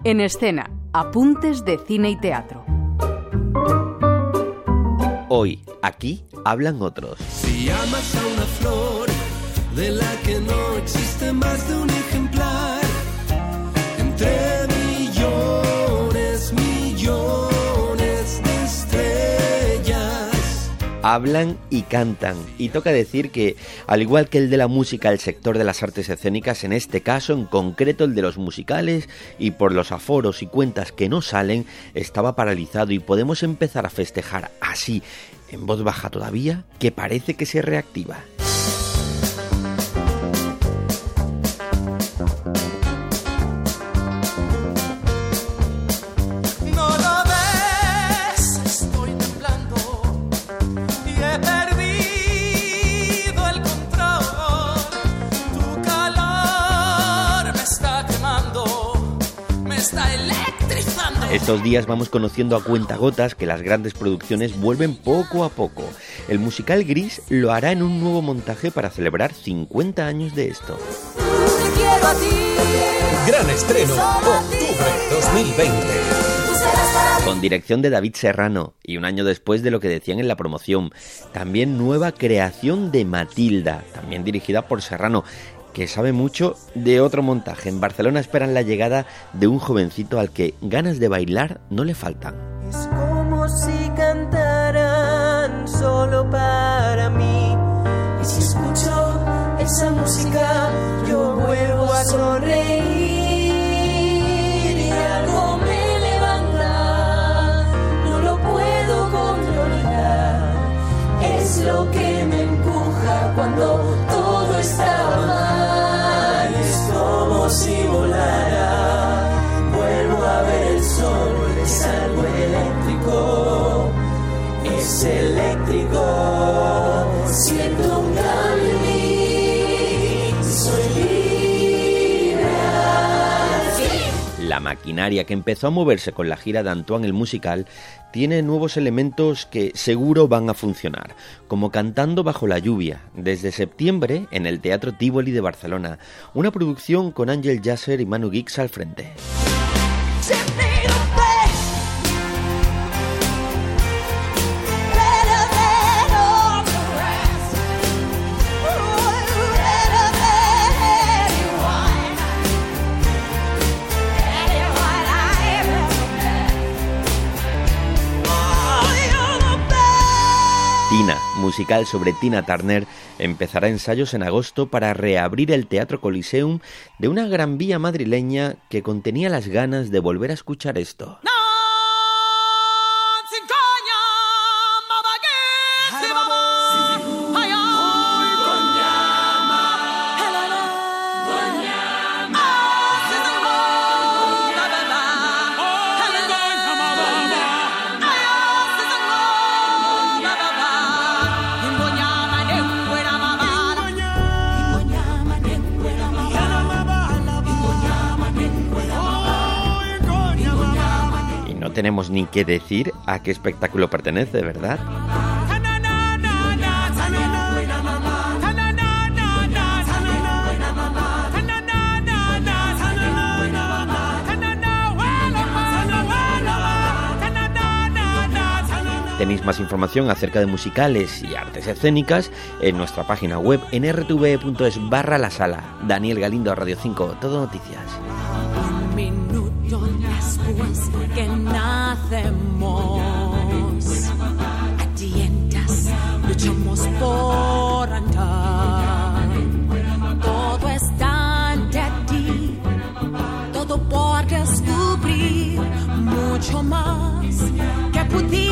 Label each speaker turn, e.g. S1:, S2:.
S1: En escena, apuntes de cine y teatro.
S2: Hoy, aquí, hablan otros.
S3: Si amas a una flor de la que no existe más de un ejemplar, entre millones de estrellas.
S2: Hablan y cantan, y toca decir que, al igual que el de la música, el sector de las artes escénicas, en este caso, en concreto el de los musicales, y por los aforos y cuentas que no salen, estaba paralizado, y podemos empezar a festejar así, en voz baja todavía, que parece que se reactiva. Estos días vamos conociendo a cuentagotas que las grandes producciones vuelven poco a poco. El musical Gris lo hará en un nuevo montaje para celebrar 50 años de esto.
S4: Gran estreno, octubre 2020.
S2: Con dirección de David Serrano, y un año después de lo que decían en la promoción. También nueva creación de Matilda, también dirigida por Serrano, que sabe mucho de otro montaje. En Barcelona esperan la llegada de un jovencito al que ganas de bailar no le faltan.
S5: Es como si cantaran solo para mí. Y si escucho esa música, yo vuelvo a sonreír. Y algo me levanta, no lo puedo controlar. Es lo que me empuja cuando todo está mal. Como si volara, vuelvo a ver el sol, es algo eléctrico, es eléctrico, siento un cambio en mí, soy libre.
S2: La maquinaria que empezó a moverse con la gira de Antoine el musical tiene nuevos elementos que seguro van a funcionar, como Cantando bajo la lluvia, desde septiembre en el Teatro Tívoli de Barcelona, una producción con Ángel Yasser y Manu Guix al frente. Tina, musical sobre Tina Turner, empezará ensayos en agosto para reabrir el Teatro Coliseum de una Gran Vía madrileña que contenía las ganas de volver a escuchar esto. No tenemos ni que decir a qué espectáculo pertenece, ¿verdad? Tenéis más información acerca de musicales y artes escénicas en nuestra página web en rtve.es/la sala. Daniel Galindo, Radio 5, Todo Noticias.
S6: Después que nacemos, a tientas luchamos por andar. Todo está ante ti, todo por descubrir, mucho más que pudimos.